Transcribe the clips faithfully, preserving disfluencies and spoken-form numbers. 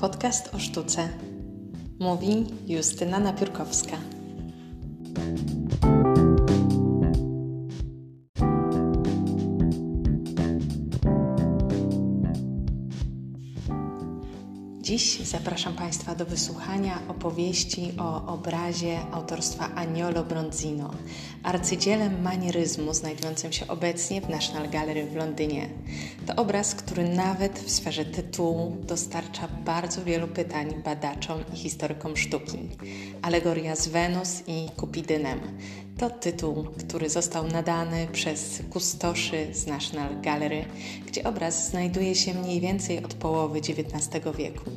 Podcast o sztuce. Mówi Justyna Napiórkowska. Dziś zapraszam Państwa do wysłuchania opowieści o obrazie autorstwa Agnolo Bronzino, arcydziełem manieryzmu znajdującym się obecnie w National Gallery w Londynie. To obraz, który nawet w sferze tytułu dostarcza bardzo wielu pytań badaczom i historykom sztuki. Alegoria z Wenus i Kupidynem. To tytuł, który został nadany przez kustoszy z National Gallery, gdzie obraz znajduje się mniej więcej od połowy dziewiętnastego wieku.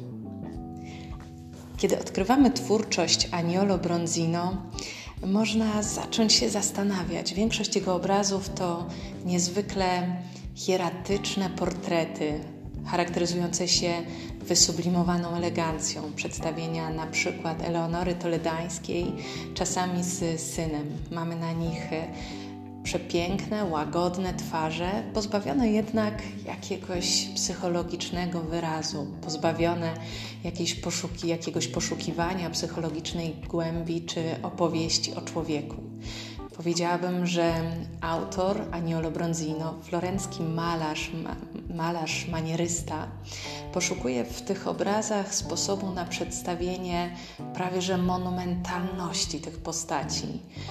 Kiedy odkrywamy twórczość Agnolo Bronzino, można zacząć się zastanawiać. Większość jego obrazów to niezwykle hieratyczne portrety, charakteryzujące się wysublimowaną elegancją, przedstawienia na przykład Eleonory Toledańskiej, czasami z synem. Mamy na nich przepiękne, łagodne twarze, pozbawione jednak jakiegoś psychologicznego wyrazu, pozbawione jakiejś poszuki, jakiegoś poszukiwania psychologicznej głębi czy opowieści o człowieku. Powiedziałabym, że autor Agnolo Bronzino, florencki malarz, ma, malarz manierysta, poszukuje w tych obrazach sposobu na przedstawienie prawie że monumentalności tych postaci.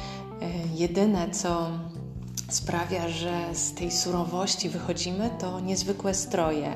Jedyne, co sprawia, że z tej surowości wychodzimy, to niezwykłe stroje,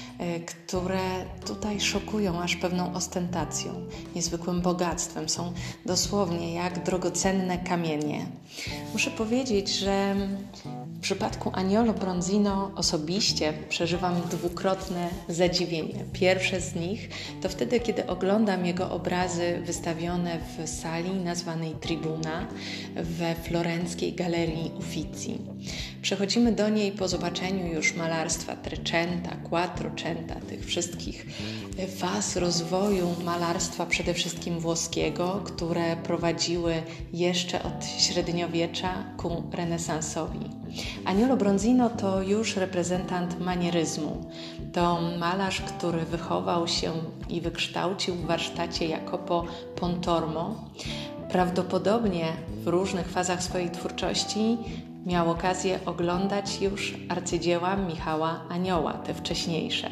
które tutaj szokują aż pewną ostentacją, niezwykłym bogactwem. Są dosłownie jak drogocenne kamienie. Muszę powiedzieć, że w przypadku Agnolo Bronzino osobiście przeżywam dwukrotne zadziwienie. Pierwsze z nich to wtedy, kiedy oglądam jego obrazy wystawione w sali nazwanej Tribuna we florenckiej Galerii Uffizi. Przechodzimy do niej po zobaczeniu już malarstwa Trecenta, Quattrocenta, tych wszystkich faz rozwoju malarstwa przede wszystkim włoskiego, które prowadziły jeszcze od średniowiecza ku renesansowi. Agnolo Bronzino to już reprezentant manieryzmu. To malarz, który wychował się i wykształcił w warsztacie Jacopo Pontormo. Prawdopodobnie w różnych fazach swojej twórczości miał okazję oglądać już arcydzieła Michała Anioła, te wcześniejsze.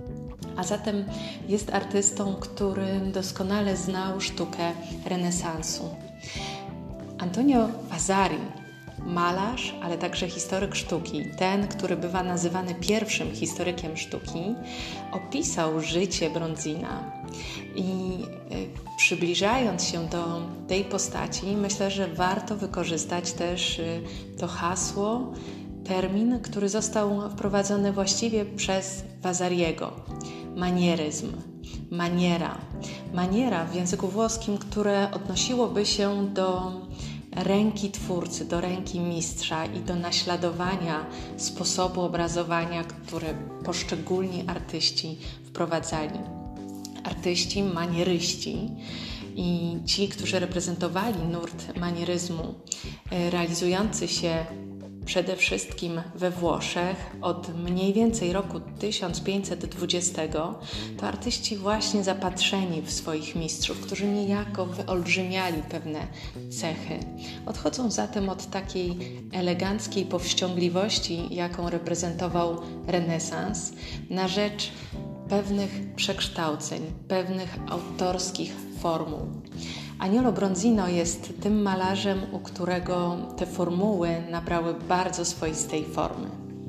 A zatem jest artystą, który doskonale znał sztukę renesansu. Antonio Vasari, malarz, ale także historyk sztuki, ten, który bywa nazywany pierwszym historykiem sztuki, opisał życie Bronzina i y, przybliżając się do tej postaci, myślę, że warto wykorzystać też y, to hasło, termin, który został wprowadzony właściwie przez Vasariego. Manieryzm, maniera. Maniera w języku włoskim, które odnosiłoby się do ręki twórcy, do ręki mistrza i do naśladowania sposobu obrazowania, które poszczególni artyści wprowadzali. Artyści, manieryści i ci, którzy reprezentowali nurt manieryzmu, realizujący się przede wszystkim we Włoszech od mniej więcej roku tysiąc pięćset dwudziestego, to artyści właśnie zapatrzeni w swoich mistrzów, którzy niejako wyolbrzymiali pewne cechy. Odchodzą zatem od takiej eleganckiej powściągliwości, jaką reprezentował renesans, na rzecz pewnych przekształceń, pewnych autorskich formuł. Agnolo Bronzino jest tym malarzem, u którego te formuły nabrały bardzo swoistej formy.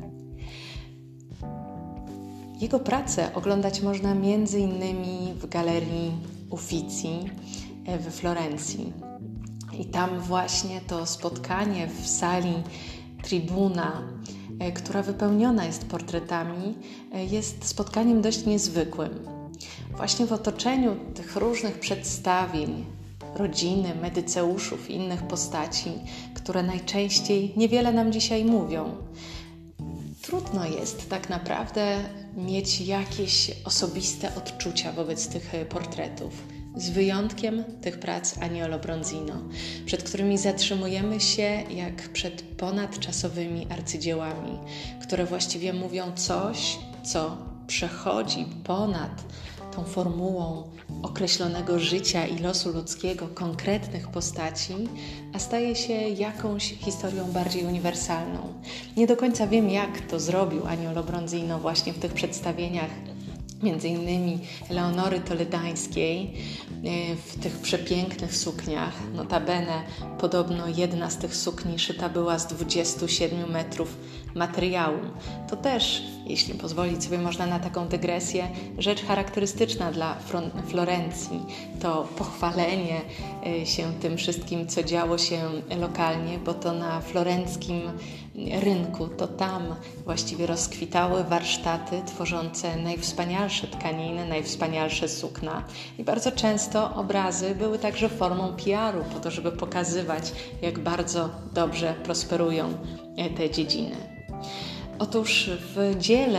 Jego pracę oglądać można między innymi w Galerii Uffizi we Florencji. I tam właśnie to spotkanie w sali Tribuna, która wypełniona jest portretami, jest spotkaniem dość niezwykłym. Właśnie w otoczeniu tych różnych przedstawień, rodziny, medyceuszów i innych postaci, które najczęściej niewiele nam dzisiaj mówią. Trudno jest tak naprawdę mieć jakieś osobiste odczucia wobec tych portretów, z wyjątkiem tych prac Agnolo Bronzino, przed którymi zatrzymujemy się jak przed ponadczasowymi arcydziełami, które właściwie mówią coś, co przechodzi ponad tą formułą określonego życia i losu ludzkiego, konkretnych postaci, a staje się jakąś historią bardziej uniwersalną. Nie do końca wiem, jak to zrobił Agnolo Bronzino właśnie w tych przedstawieniach, między innymi Leonory Toledańskiej, w tych przepięknych sukniach. Notabene podobno jedna z tych sukni szyta była z dwudziestu siedmiu metrów materiału. To też, jeśli pozwolić sobie można na taką dygresję, rzecz charakterystyczna dla Florencji. To pochwalenie się tym wszystkim, co działo się lokalnie, bo to na florenckim rynku, to tam właściwie rozkwitały warsztaty tworzące najwspanialsze tkaniny, najwspanialsze sukna. I bardzo często obrazy były także formą P R u, po to, żeby pokazywać, jak bardzo dobrze prosperują te dziedziny. Otóż w dziele,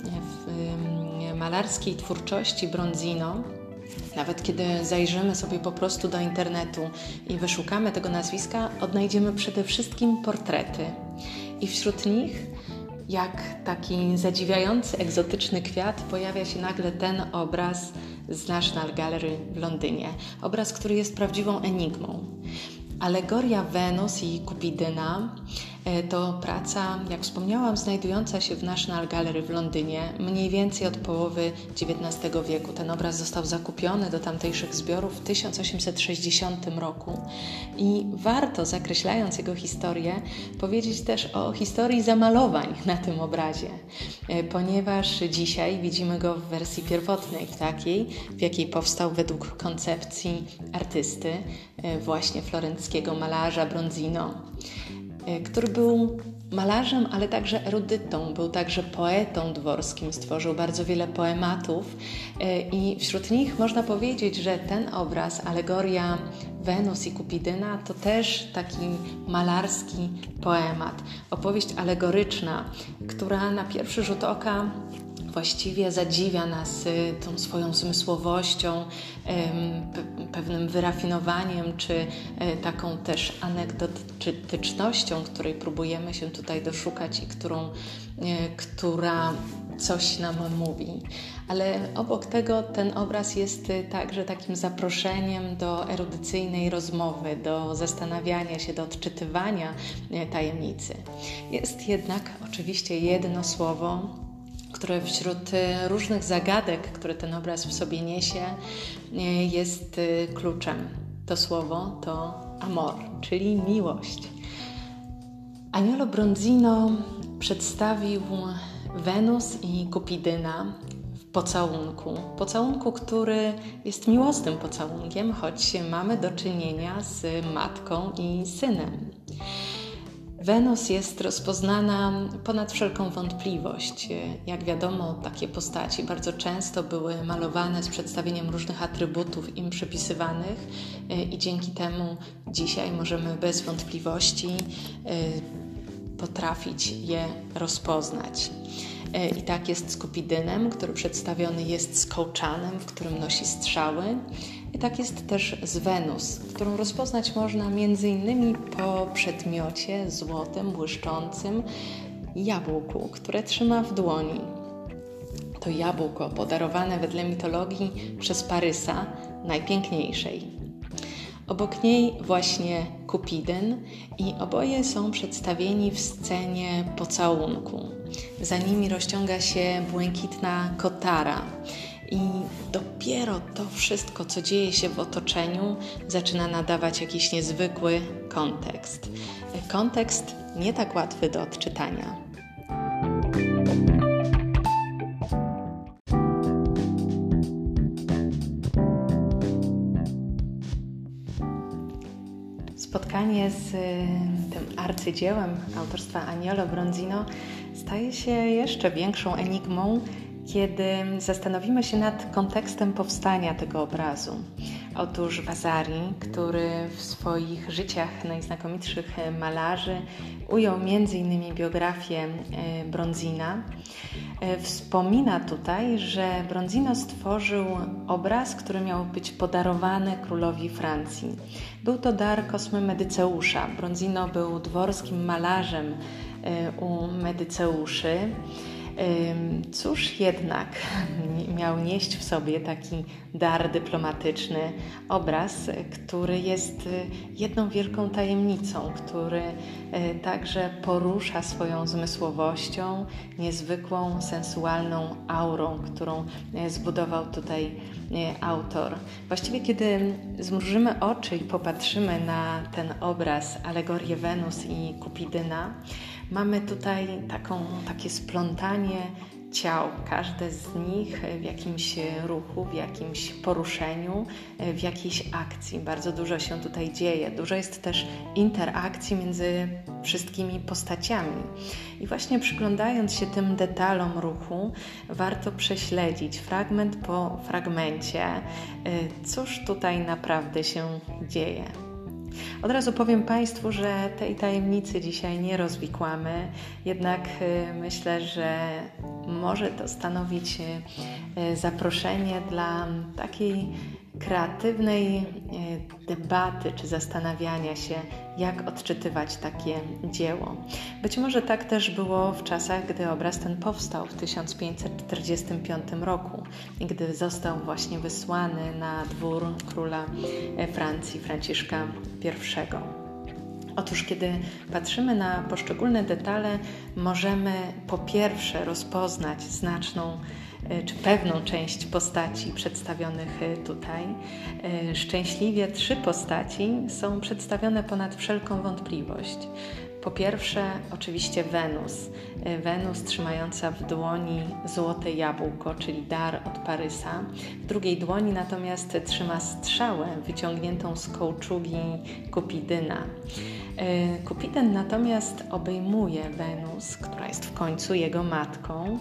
w malarskiej twórczości Bronzino, nawet kiedy zajrzymy sobie po prostu do internetu i wyszukamy tego nazwiska, odnajdziemy przede wszystkim portrety. I wśród nich, jak taki zadziwiający, egzotyczny kwiat, pojawia się nagle ten obraz z National Gallery w Londynie. Obraz, który jest prawdziwą enigmą. Alegoria Wenus i Kupidyna to praca, jak wspomniałam, znajdująca się w National Gallery w Londynie mniej więcej od połowy dziewiętnastego wieku. Ten obraz został zakupiony do tamtejszych zbiorów w tysiąc osiemset sześćdziesiątym roku i warto, zakreślając jego historię, powiedzieć też o historii zamalowań na tym obrazie, ponieważ dzisiaj widzimy go w wersji pierwotnej, takiej, w jakiej powstał według koncepcji artysty, właśnie florenckiego malarza Bronzino, który był malarzem, ale także erudytą, był także poetą dworskim, stworzył bardzo wiele poematów i wśród nich można powiedzieć, że ten obraz, alegoria Wenus i Kupidyna, to też taki malarski poemat, opowieść alegoryczna, która na pierwszy rzut oka właściwie zadziwia nas tą swoją zmysłowością, pewnym wyrafinowaniem, czy taką też anegdotycznością, której próbujemy się tutaj doszukać i którą, która coś nam mówi. Ale obok tego ten obraz jest także takim zaproszeniem do erudycyjnej rozmowy, do zastanawiania się, do odczytywania tajemnicy. Jest jednak oczywiście jedno słowo, które wśród różnych zagadek, które ten obraz w sobie niesie, jest kluczem. To słowo to amor, czyli miłość. Agnolo Bronzino przedstawił Wenus i Kupidyna w pocałunku. Pocałunku, który jest miłosnym pocałunkiem, choć mamy do czynienia z matką i synem. Wenus jest rozpoznana ponad wszelką wątpliwość. Jak wiadomo, takie postaci bardzo często były malowane z przedstawieniem różnych atrybutów im przypisywanych i dzięki temu dzisiaj możemy bez wątpliwości potrafić je rozpoznać. I tak jest z Kupidynem, który przedstawiony jest z kołczanem, w którym nosi strzały. I tak jest też z Wenus, którą rozpoznać można między innymi po przedmiocie złotym, błyszczącym jabłku, które trzyma w dłoni. To jabłko podarowane wedle mitologii przez Parysa, najpiękniejszej. Obok niej właśnie Kupidyn i oboje są przedstawieni w scenie pocałunku. Za nimi rozciąga się błękitna kotara. I dopiero to wszystko, co dzieje się w otoczeniu, zaczyna nadawać jakiś niezwykły kontekst. Kontekst nie tak łatwy do odczytania. Spotkanie z tym arcydziełem autorstwa Agnolo Bronzino staje się jeszcze większą enigmą, kiedy zastanowimy się nad kontekstem powstania tego obrazu. Otóż Vasari, który w swoich życiach najznakomitszych malarzy ujął między innymi biografię Bronzina, wspomina tutaj, że Bronzino stworzył obraz, który miał być podarowany królowi Francji. Był to dar Kosmy Medyceusza. Bronzino był dworskim malarzem u Medyceuszy Cóż jednak miał nieść w sobie taki dar dyplomatyczny, obraz, który jest jedną wielką tajemnicą, który także porusza swoją zmysłowością, niezwykłą, sensualną aurą, którą zbudował tutaj autor. Właściwie kiedy zmrużymy oczy i popatrzymy na ten obraz, alegorię Wenus i Kupidyna, mamy tutaj taką, takie splątanie ciał, każde z nich w jakimś ruchu, w jakimś poruszeniu, w jakiejś akcji. Bardzo dużo się tutaj dzieje. Dużo jest też interakcji między wszystkimi postaciami. I właśnie przyglądając się tym detalom ruchu, warto prześledzić fragment po fragmencie, cóż tutaj naprawdę się dzieje. Od razu powiem Państwu, że tej tajemnicy dzisiaj nie rozwikłamy, jednak myślę, że może to stanowić zaproszenie dla takiej kreatywnej debaty czy zastanawiania się, jak odczytywać takie dzieło. Być może tak też było w czasach, gdy obraz ten powstał w tysiąc pięćset czterdziestym piątym roku, gdy został właśnie wysłany na dwór króla Francji Franciszka pierwszego. Otóż, kiedy patrzymy na poszczególne detale, możemy po pierwsze rozpoznać znaczną czy pewną część postaci przedstawionych tutaj. Szczęśliwie trzy postaci są przedstawione ponad wszelką wątpliwość. Po pierwsze, oczywiście Wenus. Wenus trzymająca w dłoni złote jabłko, czyli dar od Parysa. W drugiej dłoni natomiast trzyma strzałę wyciągniętą z kołczugi Kupidyna. Kupidyn natomiast obejmuje Wenus, która jest w końcu jego matką,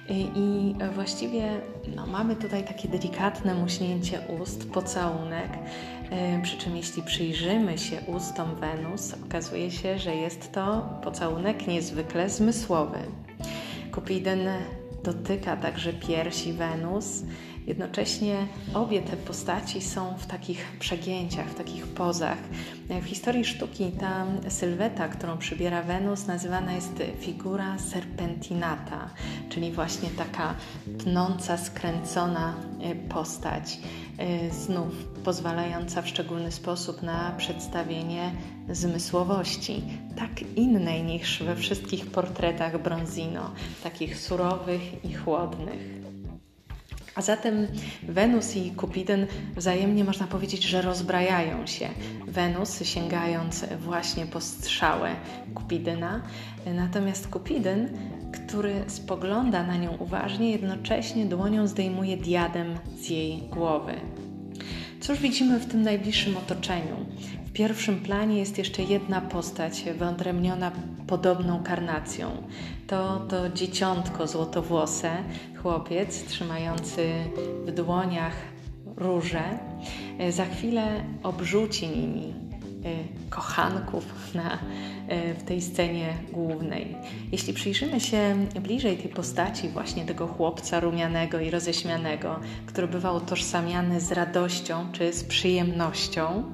i właściwie no, mamy tutaj takie delikatne muśnięcie ust, pocałunek, przy czym jeśli przyjrzymy się ustom Wenus, okazuje się, że jest to pocałunek niezwykle zmysłowy. Kupidyn dotyka także piersi Wenus. Jednocześnie obie te postaci są w takich przegięciach, w takich pozach. W historii sztuki ta sylweta, którą przybiera Wenus, nazywana jest figura serpentinata, czyli właśnie taka tnąca, skręcona postać, znów pozwalająca w szczególny sposób na przedstawienie zmysłowości, tak innej niż we wszystkich portretach Bronzino, takich surowych i chłodnych. A zatem Wenus i Kupidyn wzajemnie można powiedzieć, że rozbrajają się. Wenus sięgając właśnie po strzałę Kupidyna, natomiast Kupidyn, który spogląda na nią uważnie, jednocześnie dłonią zdejmuje diadem z jej głowy. Cóż widzimy w tym najbliższym otoczeniu? W pierwszym planie jest jeszcze jedna postać wyodrębniona podobną karnacją. To to dzieciątko złotowłose, chłopiec trzymający w dłoniach róże. Za chwilę obrzuci nimi kochanków na, w tej scenie głównej. Jeśli przyjrzymy się bliżej tej postaci, właśnie tego chłopca rumianego i roześmianego, który bywa utożsamiany z radością czy z przyjemnością,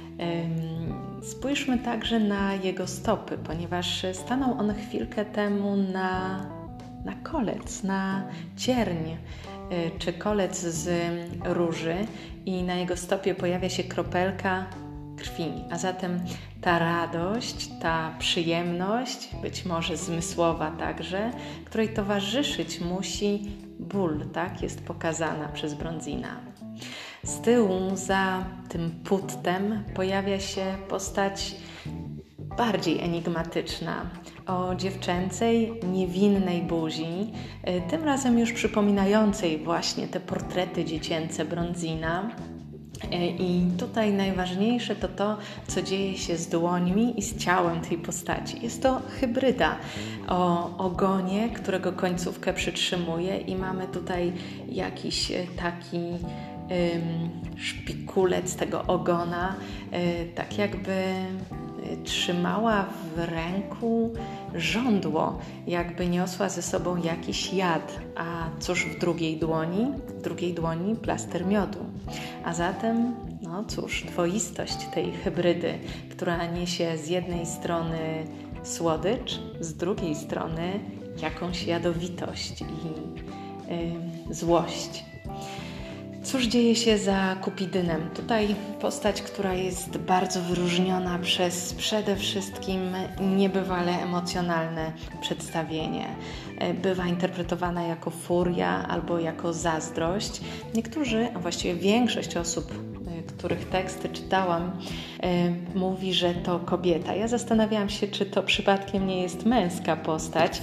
spójrzmy także na jego stopy, ponieważ stanął on chwilkę temu na, na kolec, na cierń czy kolec z róży i na jego stopie pojawia się kropelka krwi, a zatem ta radość, ta przyjemność, być może zmysłowa także, której towarzyszyć musi ból, tak jest pokazana przez Bronzina. Z tyłu, za tym puttem, pojawia się postać bardziej enigmatyczna, o dziewczęcej, niewinnej buzi, tym razem już przypominającej właśnie te portrety dziecięce Bronzina. I tutaj najważniejsze to to, co dzieje się z dłońmi i z ciałem tej postaci. Jest to hybryda o ogonie, którego końcówkę przytrzymuje i mamy tutaj jakiś taki ym, szpikulec tego ogona, y, tak jakby trzymała w ręku żądło, jakby niosła ze sobą jakiś jad, a cóż w drugiej dłoni? W drugiej dłoni plaster miodu. A zatem, no cóż, dwoistość tej hybrydy, która niesie z jednej strony słodycz, z drugiej strony jakąś jadowitość i y, złość. Cóż dzieje się za Kupidynem? Tutaj postać, która jest bardzo wyróżniona przez przede wszystkim niebywale emocjonalne przedstawienie. Bywa interpretowana jako furia albo jako zazdrość. Niektórzy, a właściwie większość osób, których teksty czytałam, mówi, że to kobieta. Ja zastanawiałam się, czy to przypadkiem nie jest męska postać.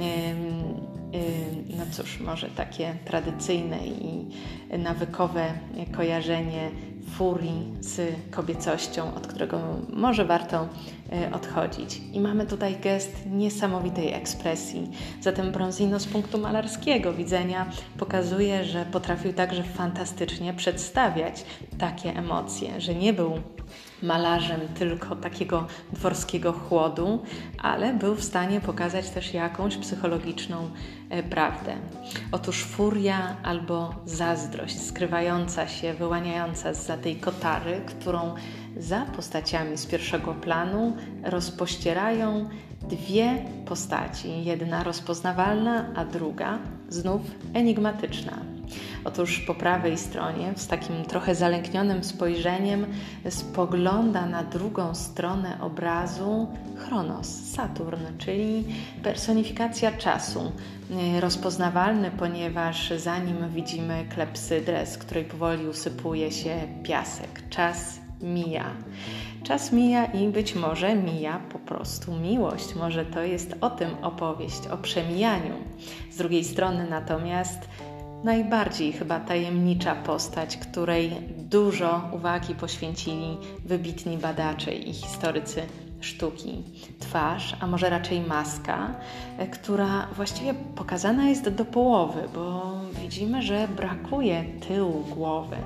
No cóż, może takie tradycyjne i nawykowe kojarzenie furii z kobiecością, od którego może warto odchodzić. I mamy tutaj gest niesamowitej ekspresji. Zatem Bronzino z punktu malarskiego widzenia pokazuje, że potrafił także fantastycznie przedstawiać takie emocje, że nie był malarzem tylko takiego dworskiego chłodu, ale był w stanie pokazać też jakąś psychologiczną e, prawdę. Otóż furia albo zazdrość skrywająca się, wyłaniająca zza tej kotary, którą za postaciami z pierwszego planu rozpościerają dwie postaci. Jedna rozpoznawalna, a druga znów enigmatyczna. Otóż po prawej stronie, z takim trochę zalęknionym spojrzeniem, spogląda na drugą stronę obrazu Chronos, Saturn, czyli personifikacja czasu. Rozpoznawalny, ponieważ za nim widzimy klepsydrę, z której powoli usypuje się piasek. Czas mija. Czas mija i być może mija po prostu miłość. Może to jest o tym opowieść, o przemijaniu. Z drugiej strony natomiast najbardziej chyba tajemnicza postać, której dużo uwagi poświęcili wybitni badacze i historycy sztuki. Twarz, a może raczej maska, która właściwie pokazana jest do połowy, bo widzimy, że brakuje tyłu głowy,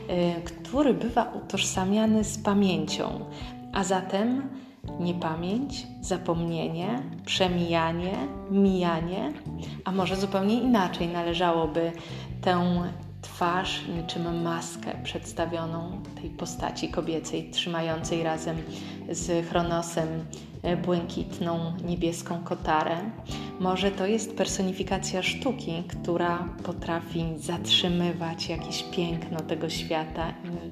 który bywa utożsamiany z pamięcią, a zatem niepamięć, zapomnienie, przemijanie, mijanie, a może zupełnie inaczej należałoby tę twarz niczym maskę przedstawioną tej postaci kobiecej, trzymającej razem z Chronosem błękitną, niebieską kotarę. Może to jest personifikacja sztuki, która potrafi zatrzymywać jakieś piękno tego świata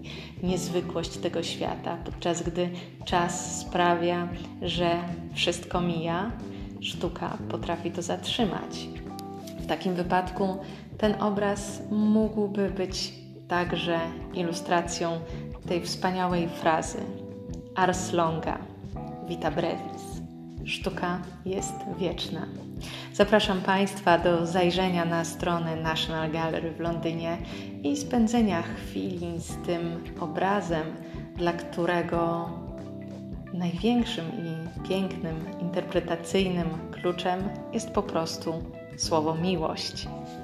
i niezwykłość tego świata, podczas gdy czas sprawia, że wszystko mija, sztuka potrafi to zatrzymać. W takim wypadku ten obraz mógłby być także ilustracją tej wspaniałej frazy Ars longa, vita brevis. Sztuka jest wieczna. Zapraszam Państwa do zajrzenia na stronę National Gallery w Londynie i spędzenia chwili z tym obrazem, dla którego największym i pięknym, interpretacyjnym kluczem jest po prostu słowo miłość.